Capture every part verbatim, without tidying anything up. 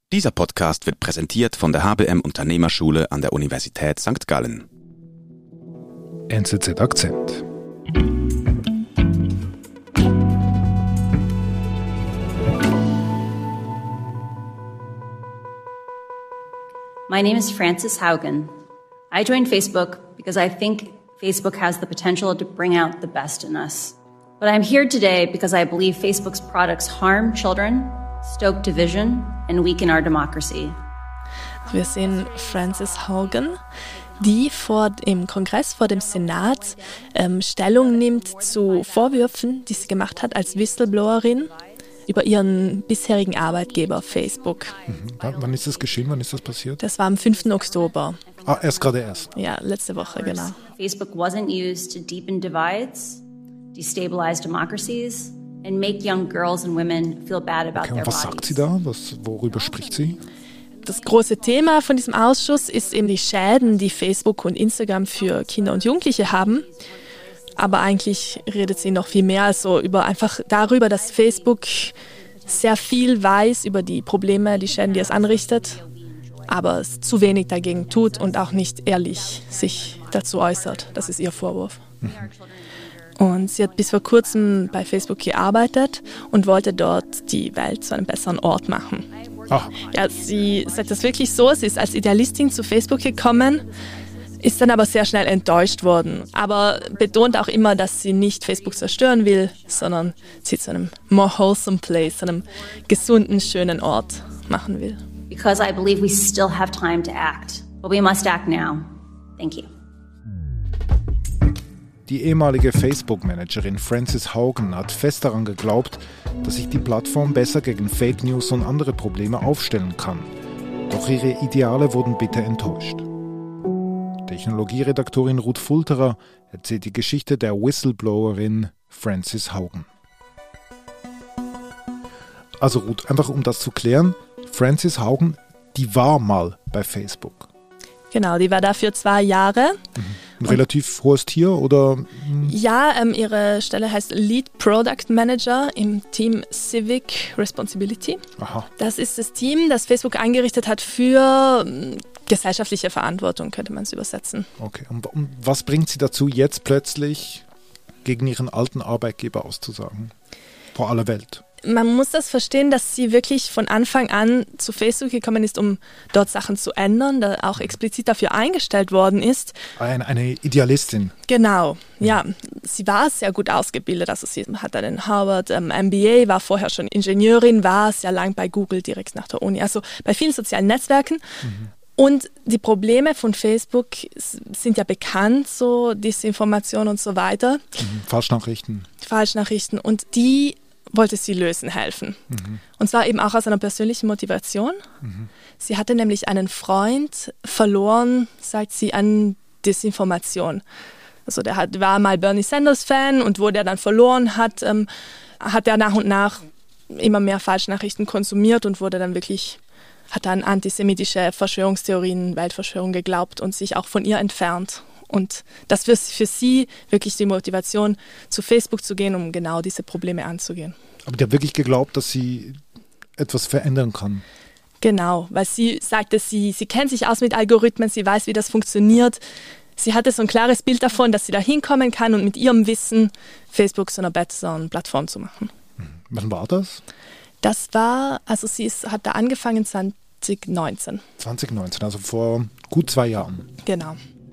Dieser Podcast wird präsentiert von der H B M Unternehmerschule an der Universität Sankt Gallen. N Z Z Akzent. My name is Frances Haugen. I joined Facebook because I think Facebook has the potential to bring out the best in us. But I'm here today because I believe Facebook's products harm children, stoke division, and weaken our democracy. Wir sehen Frances Haugen, die vor im Kongress, vor dem Senat, ähm, Stellung nimmt zu Vorwürfen, die sie gemacht hat als Whistleblowerin über ihren bisherigen Arbeitgeber Facebook. Mhm. W- wann ist das geschehen? Wann ist das passiert? Das war am fünften Oktober. Ah, erst gerade erst. Ja, letzte Woche, genau. Facebook wasn't used to deepen divides, destabilize democracies, and make young girls and women feel bad about Okay, their und was sagt sie da? Was, worüber spricht sie? Das große Thema von diesem Ausschuss ist eben die Schäden, die Facebook und Instagram für Kinder und Jugendliche haben. Aber eigentlich redet sie noch viel mehr also über einfach darüber, dass Facebook sehr viel weiß über die Probleme, die Schäden, die es anrichtet, aber es zu wenig dagegen tut und auch nicht ehrlich sich dazu äußert. Das ist ihr Vorwurf. Mhm. Und sie hat bis vor kurzem bei Facebook gearbeitet und wollte dort die Welt zu einem besseren Ort machen. Ach. Ja, sie sagt das wirklich so, sie ist als Idealistin zu Facebook gekommen, ist dann aber sehr schnell enttäuscht worden. Aber betont auch immer, dass sie nicht Facebook zerstören will, sondern sie zu einem more wholesome place, zu einem gesunden, schönen Ort machen will. Because I believe we still have time to act, but we must act now. Thank you. Die ehemalige Facebook-Managerin Frances Haugen hat fest daran geglaubt, dass sich die Plattform besser gegen Fake News und andere Probleme aufstellen kann. Doch ihre Ideale wurden bitter enttäuscht. Technologieredaktorin Ruth Fulterer erzählt die Geschichte der Whistleblowerin Frances Haugen. Also Ruth, einfach um das zu klären, Frances Haugen, die war mal bei Facebook. Genau, die war da für zwei Jahre. Mhm. Ein relativ hohes Tier oder? Hm? Ja, ähm, ihre Stelle heißt Lead Product Manager im Team Civic Responsibility. Aha. Das ist das Team, das Facebook eingerichtet hat für ähm, gesellschaftliche Verantwortung, könnte man es übersetzen. Okay, und, und was bringt sie dazu, jetzt plötzlich gegen ihren alten Arbeitgeber auszusagen? Vor aller Welt. Man muss das verstehen, dass sie wirklich von Anfang an zu Facebook gekommen ist, um dort Sachen zu ändern, da auch explizit dafür eingestellt worden ist. Eine, eine Idealistin. Genau, ja. Sie war sehr gut ausgebildet, also sie hat einen Harvard ähm, M B A, war vorher schon Ingenieurin, war sehr lang bei Google direkt nach der Uni, also bei vielen sozialen Netzwerken. Mhm. Und die Probleme von Facebook sind ja bekannt, so Desinformation und so weiter. Mhm. Falschnachrichten. Falschnachrichten und die wollte sie lösen helfen. Mhm. Und zwar eben auch aus einer persönlichen Motivation. Mhm. Sie hatte nämlich einen Freund verloren, sagt sie, an Desinformation. Also der hat, war mal Bernie Sanders-Fan und wo der dann verloren hat, ähm, hat er nach und nach immer mehr Falschnachrichten konsumiert und wurde dann wirklich, hat dann antisemitische Verschwörungstheorien, Weltverschwörung geglaubt und sich auch von ihr entfernt. Und das war für sie wirklich die Motivation, zu Facebook zu gehen, um genau diese Probleme anzugehen. Aber die hat wirklich geglaubt, dass sie etwas verändern kann. Genau, weil sie sagte, sie, sie kennt sich aus mit Algorithmen, sie weiß, wie das funktioniert. Sie hatte so ein klares Bild davon, dass sie da hinkommen kann und mit ihrem Wissen Facebook zu einer besseren Plattform zu machen. Wann war das? Das war, also sie ist, hat da angefangen zwanzig neunzehn. zwanzig neunzehn, also vor gut zwei Jahren. Genau.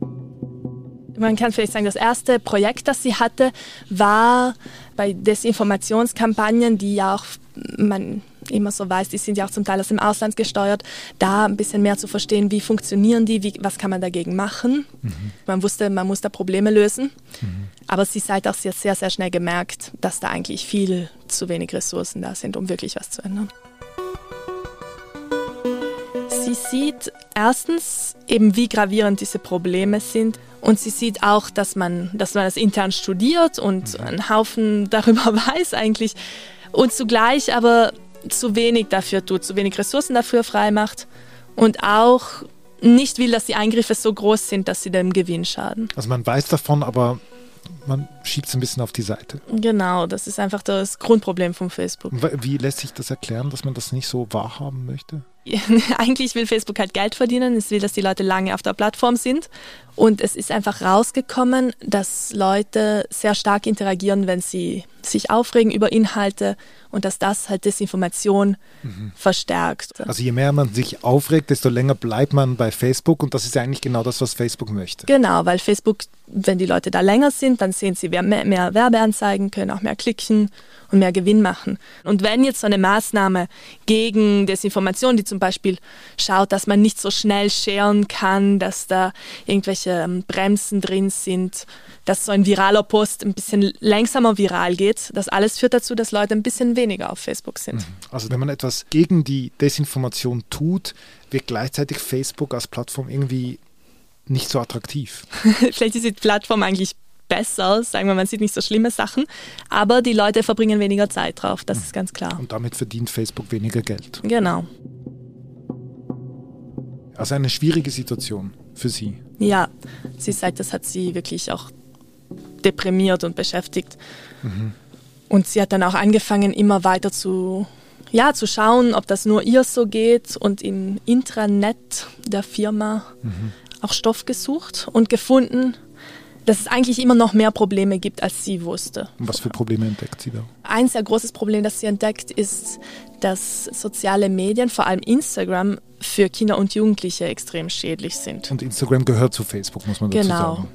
Man kann vielleicht sagen, das erste Projekt, das sie hatte, war bei Desinformationskampagnen, die ja auch, man immer so weiß, die sind ja auch zum Teil aus dem Ausland gesteuert, da ein bisschen mehr zu verstehen, wie funktionieren die, wie, was kann man dagegen machen. Mhm. Man wusste, man muss da Probleme lösen, mhm. aber sie hat auch sehr, sehr, sehr schnell gemerkt, dass da eigentlich viel zu wenig Ressourcen da sind, um wirklich was zu ändern. Sie sieht erstens eben, wie gravierend diese Probleme sind. Und sie sieht auch, dass man, dass man das intern studiert und einen Haufen darüber weiß eigentlich. Und zugleich aber zu wenig dafür tut, zu wenig Ressourcen dafür frei macht. Und auch nicht will, dass die Eingriffe so groß sind, dass sie dem Gewinn schaden. Also man weiß davon, aber man schiebt es ein bisschen auf die Seite. Genau, das ist einfach das Grundproblem von Facebook. Wie lässt sich das erklären, dass man das nicht so wahrhaben möchte? Eigentlich will Facebook halt Geld verdienen, es will, dass die Leute lange auf der Plattform sind. Und es ist einfach rausgekommen, dass Leute sehr stark interagieren, wenn sie sich aufregen über Inhalte und dass das halt Desinformation mhm. verstärkt. Also je mehr man sich aufregt, desto länger bleibt man bei Facebook und das ist ja eigentlich genau das, was Facebook möchte. Genau, weil Facebook, wenn die Leute da länger sind, dann sehen sie mehr, mehr Werbeanzeigen, können auch mehr klicken und mehr Gewinn machen. Und wenn jetzt so eine Maßnahme gegen Desinformation, die zum Beispiel schaut, dass man nicht so schnell sharen kann, dass da irgendwelche ähm, Bremsen drin sind, dass so ein viraler Post ein bisschen langsamer viral geht, das alles führt dazu, dass Leute ein bisschen weniger auf Facebook sind. Also wenn man etwas gegen die Desinformation tut, wird gleichzeitig Facebook als Plattform irgendwie nicht so attraktiv. Vielleicht ist die Plattform eigentlich besser, sagen wir, man sieht nicht so schlimme Sachen, aber die Leute verbringen weniger Zeit drauf, das ist ganz klar. Und damit verdient Facebook weniger Geld. Genau. Also eine schwierige Situation für Sie. Ja, sie sagt, das hat sie wirklich auch deprimiert und beschäftigt. Mhm. Und sie hat dann auch angefangen, immer weiter zu, ja, zu schauen, ob das nur ihr so geht und im Intranet der Firma mhm. auch Stoff gesucht und gefunden, dass es eigentlich immer noch mehr Probleme gibt, als sie wusste. Und was für Probleme entdeckt sie da? Ein sehr großes Problem, das sie entdeckt, ist, dass soziale Medien, vor allem Instagram, für Kinder und Jugendliche extrem schädlich sind. Und Instagram gehört zu Facebook, muss man dazu genau. sagen.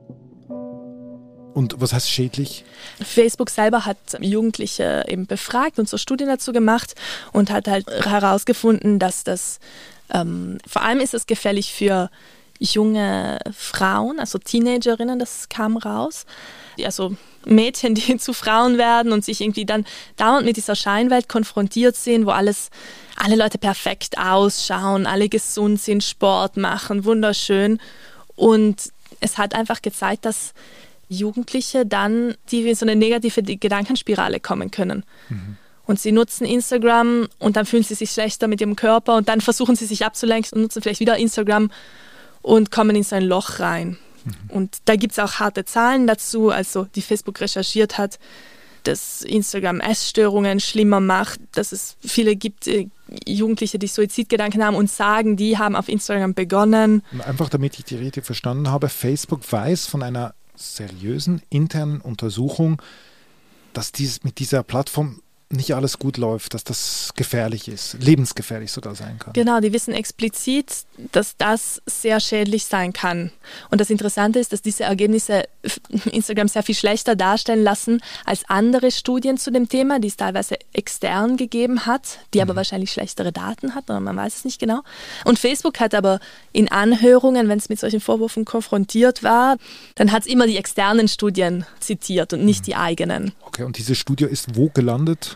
Und was heißt schädlich? Facebook selber hat Jugendliche eben befragt und so Studien dazu gemacht und hat halt herausgefunden, dass das, ähm, vor allem ist es gefährlich für junge Frauen, also Teenagerinnen, das kam raus. Also Mädchen, die zu Frauen werden und sich irgendwie dann dauernd mit dieser Scheinwelt konfrontiert sehen, wo alles, alle Leute perfekt ausschauen, alle gesund sind, Sport machen, wunderschön. Und es hat einfach gezeigt, dass Jugendliche dann, die in so eine negative Gedankenspirale kommen können. Mhm. Und sie nutzen Instagram und dann fühlen sie sich schlechter mit ihrem Körper und dann versuchen sie sich abzulenken und nutzen vielleicht wieder Instagram und kommen in so ein Loch rein. Mhm. Und da gibt es auch harte Zahlen dazu, also die Facebook recherchiert hat, dass Instagram Essstörungen schlimmer macht, dass es viele gibt, äh, Jugendliche, die Suizidgedanken haben und sagen, die haben auf Instagram begonnen. Und einfach damit ich die Rede verstanden habe, Facebook weiß von einer seriösen internen Untersuchung, dass dies, mit dieser Plattform nicht alles gut läuft, dass das gefährlich ist, lebensgefährlich sogar sein kann. Genau, die wissen explizit, dass das sehr schädlich sein kann. Und das Interessante ist, dass diese Ergebnisse Instagram sehr viel schlechter darstellen lassen als andere Studien zu dem Thema, die es teilweise extern gegeben hat, die mhm. aber wahrscheinlich schlechtere Daten hat, oder man weiß es nicht genau. Und Facebook hat aber in Anhörungen, wenn es mit solchen Vorwürfen konfrontiert war, dann hat es immer die externen Studien zitiert und nicht mhm. die eigenen. Okay, und diese Studie ist wo gelandet?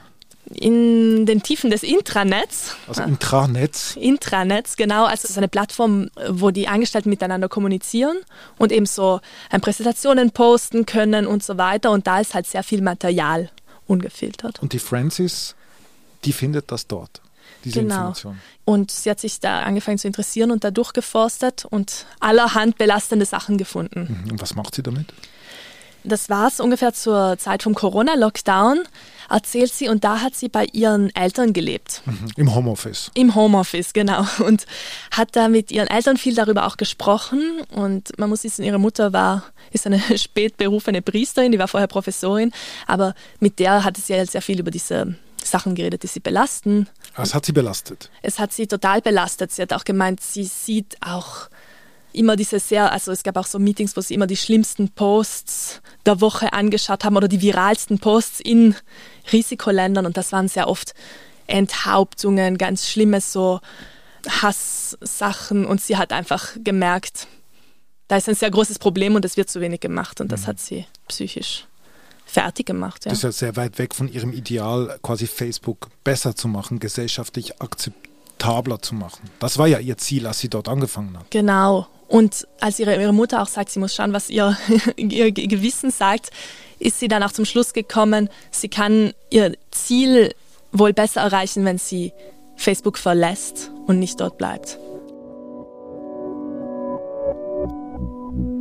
In den Tiefen des Intranets. Also Intranets? Intranets, genau. Also es ist eine Plattform, wo die Angestellten miteinander kommunizieren und eben so Präsentationen posten können und so weiter. Und da ist halt sehr viel Material ungefiltert. Und die Frances, die findet das dort, diese genau. Information. Und sie hat sich da angefangen zu interessieren und da durchgeforstet und allerhand belastende Sachen gefunden. Und was macht sie damit? Das war es ungefähr zur Zeit vom Corona-Lockdown, erzählt sie. Und da hat sie bei ihren Eltern gelebt. Mhm. Im Homeoffice. Im Homeoffice, genau. Und hat da mit ihren Eltern viel darüber auch gesprochen. Und man muss wissen, ihre Mutter war, ist eine spät berufene Priesterin, die war vorher Professorin. Aber mit der hatte sie halt sehr viel über diese Sachen geredet, die sie belasten. Was hat sie belastet? Es hat sie total belastet. Sie hat auch gemeint, sie sieht auch immer diese sehr, also es gab auch so Meetings, wo sie immer die schlimmsten Posts der Woche angeschaut haben oder die viralsten Posts in Risikoländern und das waren sehr oft Enthauptungen, ganz schlimme so Hasssachen und sie hat einfach gemerkt, da ist ein sehr großes Problem und es wird zu wenig gemacht und das mhm. hat sie psychisch fertig gemacht. Ja. Das ist ja sehr weit weg von ihrem Ideal, quasi Facebook besser zu machen, gesellschaftlich akzeptabler zu machen. Das war ja ihr Ziel, als sie dort angefangen hat. Genau. Und als ihre, ihre Mutter auch sagt, sie muss schauen, was ihr, ihr Gewissen sagt, ist sie dann auch zum Schluss gekommen, sie kann ihr Ziel wohl besser erreichen, wenn sie Facebook verlässt und nicht dort bleibt.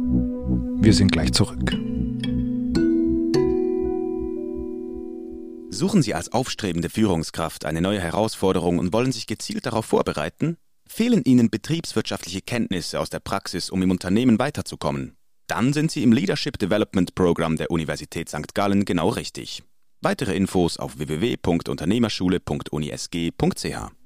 Wir sind gleich zurück. Suchen Sie als aufstrebende Führungskraft eine neue Herausforderung und wollen sich gezielt darauf vorbereiten? Fehlen Ihnen betriebswirtschaftliche Kenntnisse aus der Praxis, um im Unternehmen weiterzukommen? Dann sind Sie im Leadership Development Programm der Universität Sankt Gallen genau richtig. Weitere Infos auf w w w punkt unternehmerschule punkt uni s g punkt c h.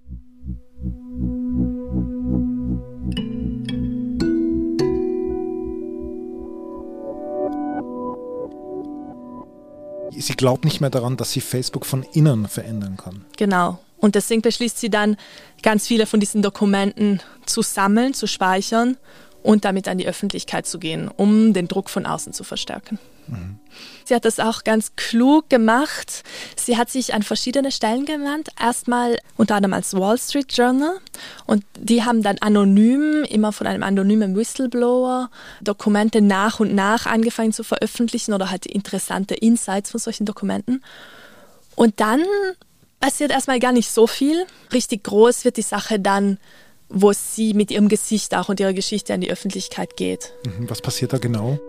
Sie glaubt nicht mehr daran, dass sie Facebook von innen verändern kann. Genau. Und deswegen beschließt sie dann, ganz viele von diesen Dokumenten zu sammeln, zu speichern und damit an die Öffentlichkeit zu gehen, um den Druck von außen zu verstärken. Mhm. Sie hat das auch ganz klug gemacht. Sie hat sich an verschiedene Stellen gewandt. Erstmal unter anderem als Wall Street Journal. Und die haben dann anonym, immer von einem anonymen Whistleblower, Dokumente nach und nach angefangen zu veröffentlichen oder halt interessante Insights von solchen Dokumenten. Und dann passiert erstmal gar nicht so viel. Richtig groß wird die Sache dann, wo sie mit ihrem Gesicht auch und ihrer Geschichte an die Öffentlichkeit geht. Was passiert da genau?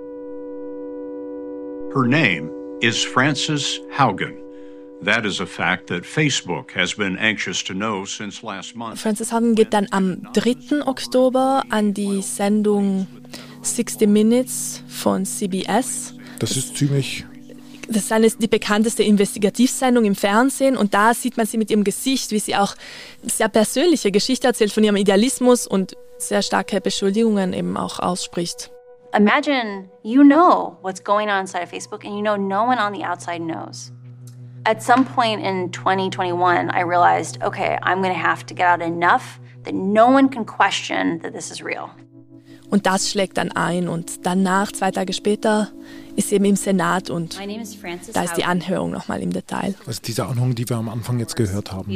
Her name is Frances Haugen. That is a fact that Facebook has been anxious to know since last month. Frances Haugen geht dann am dritten Oktober an die Sendung sixty minutes von C B S. Das ist ziemlich... Das ist eine, die bekannteste Investigativsendung im Fernsehen und da sieht man sie mit ihrem Gesicht, wie sie auch sehr persönliche Geschichte erzählt von ihrem Idealismus und sehr starke Beschuldigungen eben auch ausspricht. Imagine you know what's going on inside of Facebook and you know no one on the outside knows. At some point in twenty twenty-one, I realized, okay, I'm going to have to get out enough that no one can question that this is real. Und das schlägt dann ein und danach, zwei Tage später, ist sie eben im Senat und da ist die Anhörung nochmal im Detail. Also diese Anhörung, die wir am Anfang jetzt gehört haben.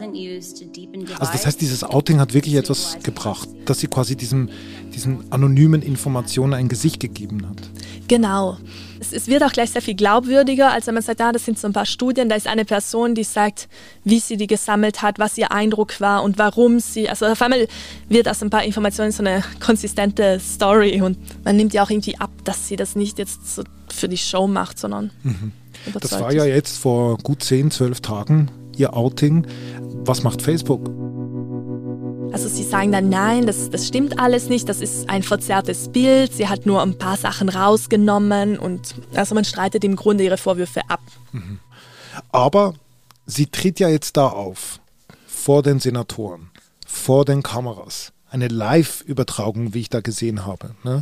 Also das heißt, dieses Outing hat wirklich etwas gebracht, dass sie quasi diesem, diesen anonymen Informationen ein Gesicht gegeben hat. Genau. Es, es wird auch gleich sehr viel glaubwürdiger, als wenn man sagt, ah, das sind so ein paar Studien, da ist eine Person, die sagt, wie sie die gesammelt hat, was ihr Eindruck war und warum sie, also auf einmal wird aus ein paar Informationen so eine konsistente Story und man nimmt ja auch irgendwie ab, dass sie das nicht jetzt so für die Show macht, sondern mhm. Das war ja jetzt vor gut zehn, zwölf Tagen ihr Outing. Was macht Facebook? Also sie sagen dann, nein, das, das stimmt alles nicht, das ist ein verzerrtes Bild, sie hat nur ein paar Sachen rausgenommen und also man streitet im Grunde ihre Vorwürfe ab. Mhm. Aber sie tritt ja jetzt da auf, vor den Senatoren, vor den Kameras, eine Live-Übertragung, wie ich da gesehen habe. Ne?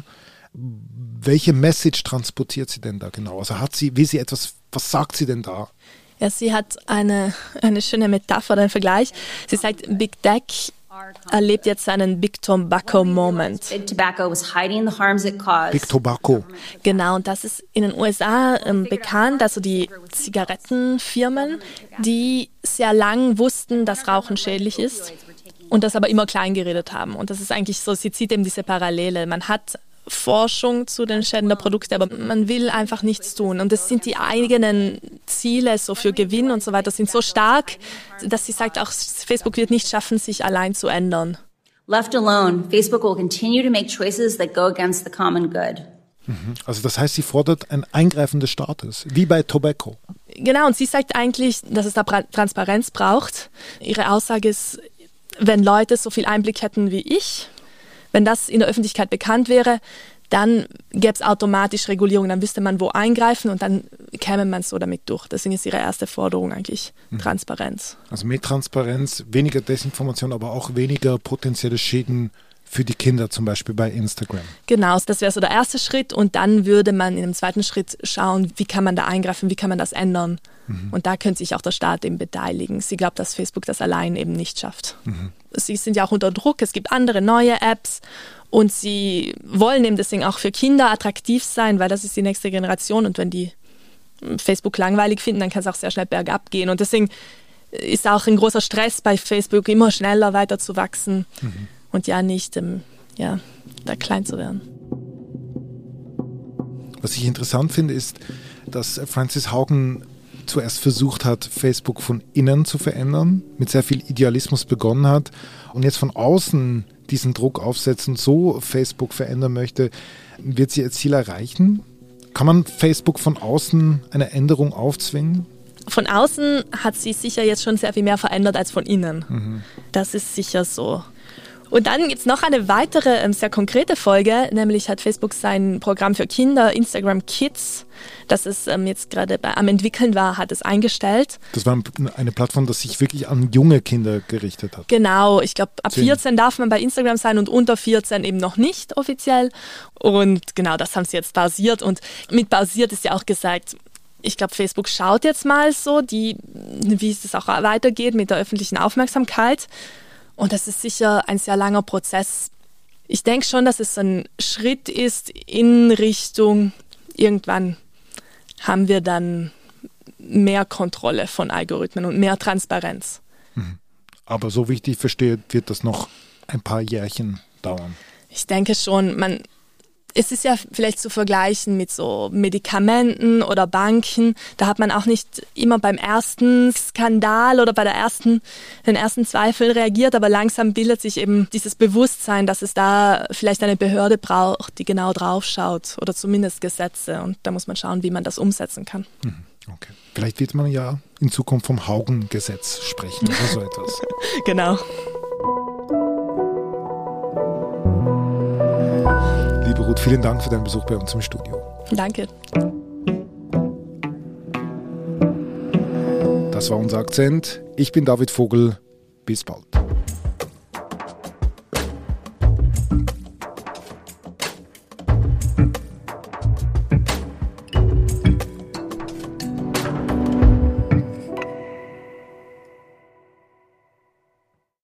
Welche Message transportiert sie denn da genau? Also hat sie, will sie etwas, was sagt sie denn da? Ja, sie hat eine, eine schöne Metapher, einen Vergleich. Sie sagt, Big Tech erlebt jetzt einen Big Tobacco Moment. Big Tobacco was hiding the harms it caused. Big Tobacco. Genau, und das ist in den U S A ähm, bekannt, also die Zigarettenfirmen, die sehr lang wussten, dass Rauchen schädlich ist und das aber immer klein geredet haben. Und das ist eigentlich so, sie zieht eben diese Parallele. Man hat Forschung zu den Schäden der Produkte, aber man will einfach nichts tun. Und das sind die eigenen Ziele so für Gewinn und so weiter, sind so stark, dass sie sagt, auch Facebook wird nicht schaffen, sich allein zu ändern. Left alone, Facebook will continue to make choices that go against the common good. Also das heißt, sie fordert ein Eingreifen des Staates, wie bei Tobacco. Genau, und sie sagt eigentlich, dass es da Transparenz braucht. Ihre Aussage ist, wenn Leute so viel Einblick hätten wie ich, wenn das in der Öffentlichkeit bekannt wäre, dann gäbe es automatisch Regulierung, dann wüsste man, wo eingreifen und dann käme man so damit durch. Deswegen ist ihre erste Forderung eigentlich mhm. Transparenz. Also mehr Transparenz, weniger Desinformation, aber auch weniger potenzielle Schäden für die Kinder, zum Beispiel bei Instagram. Genau, das wäre so der erste Schritt und dann würde man in einem zweiten Schritt schauen, wie kann man da eingreifen, wie kann man das ändern. Mhm. Und da könnte sich auch der Staat eben beteiligen. Sie glaubt, dass Facebook das allein eben nicht schafft. Mhm. Sie sind ja auch unter Druck, es gibt andere neue Apps und sie wollen eben deswegen auch für Kinder attraktiv sein, weil das ist die nächste Generation und wenn die Facebook langweilig finden, dann kann es auch sehr schnell bergab gehen und deswegen ist auch ein großer Stress bei Facebook, immer schneller weiter zu wachsen mhm. und ja nicht ähm, ja, da klein zu werden. Was ich interessant finde, ist, dass Frances Haugen zuerst versucht hat, Facebook von innen zu verändern, mit sehr viel Idealismus begonnen hat und jetzt von außen diesen Druck aufsetzen, so Facebook verändern möchte, wird sie ihr Ziel erreichen? Kann man Facebook von außen eine Änderung aufzwingen? von außen hat sie sicher jetzt schon sehr viel mehr verändert als von innen. Mhm. Das ist sicher so. Und dann gibt es noch eine weitere ähm, sehr konkrete Folge, nämlich hat Facebook sein Programm für Kinder, Instagram Kids, das es ähm, jetzt gerade am entwickeln war, hat es eingestellt. Das war eine Plattform, die sich wirklich an junge Kinder gerichtet hat. Genau, ich glaube ab vierzehn darf man bei Instagram sein und unter vierzehn eben noch nicht offiziell. Und genau, das haben sie jetzt pausiert. Und mit pausiert ist ja auch gesagt, ich glaube, Facebook schaut jetzt mal so, die, wie es auch weitergeht mit der öffentlichen Aufmerksamkeit. Und das ist sicher ein sehr langer Prozess. Ich denke schon, dass es ein Schritt ist in Richtung, irgendwann haben wir dann mehr Kontrolle von Algorithmen und mehr Transparenz. Aber so wie ich dich verstehe, wird das noch ein paar Jährchen dauern. Ich denke schon, man... Es ist ja vielleicht zu vergleichen mit so Medikamenten oder Banken. Da hat man auch nicht immer beim ersten Skandal oder bei der ersten, den ersten Zweifeln reagiert, aber langsam bildet sich eben dieses Bewusstsein, dass es da vielleicht eine Behörde braucht, die genau drauf schaut oder zumindest Gesetze. Und da muss man schauen, wie man das umsetzen kann. Okay. Vielleicht wird man ja in Zukunft vom Haugen-Gesetz sprechen oder so etwas. Genau. Liebe Ruth, vielen Dank für deinen Besuch bei uns im Studio. Danke. Das war unser Akzent. Ich bin David Vogel. Bis bald.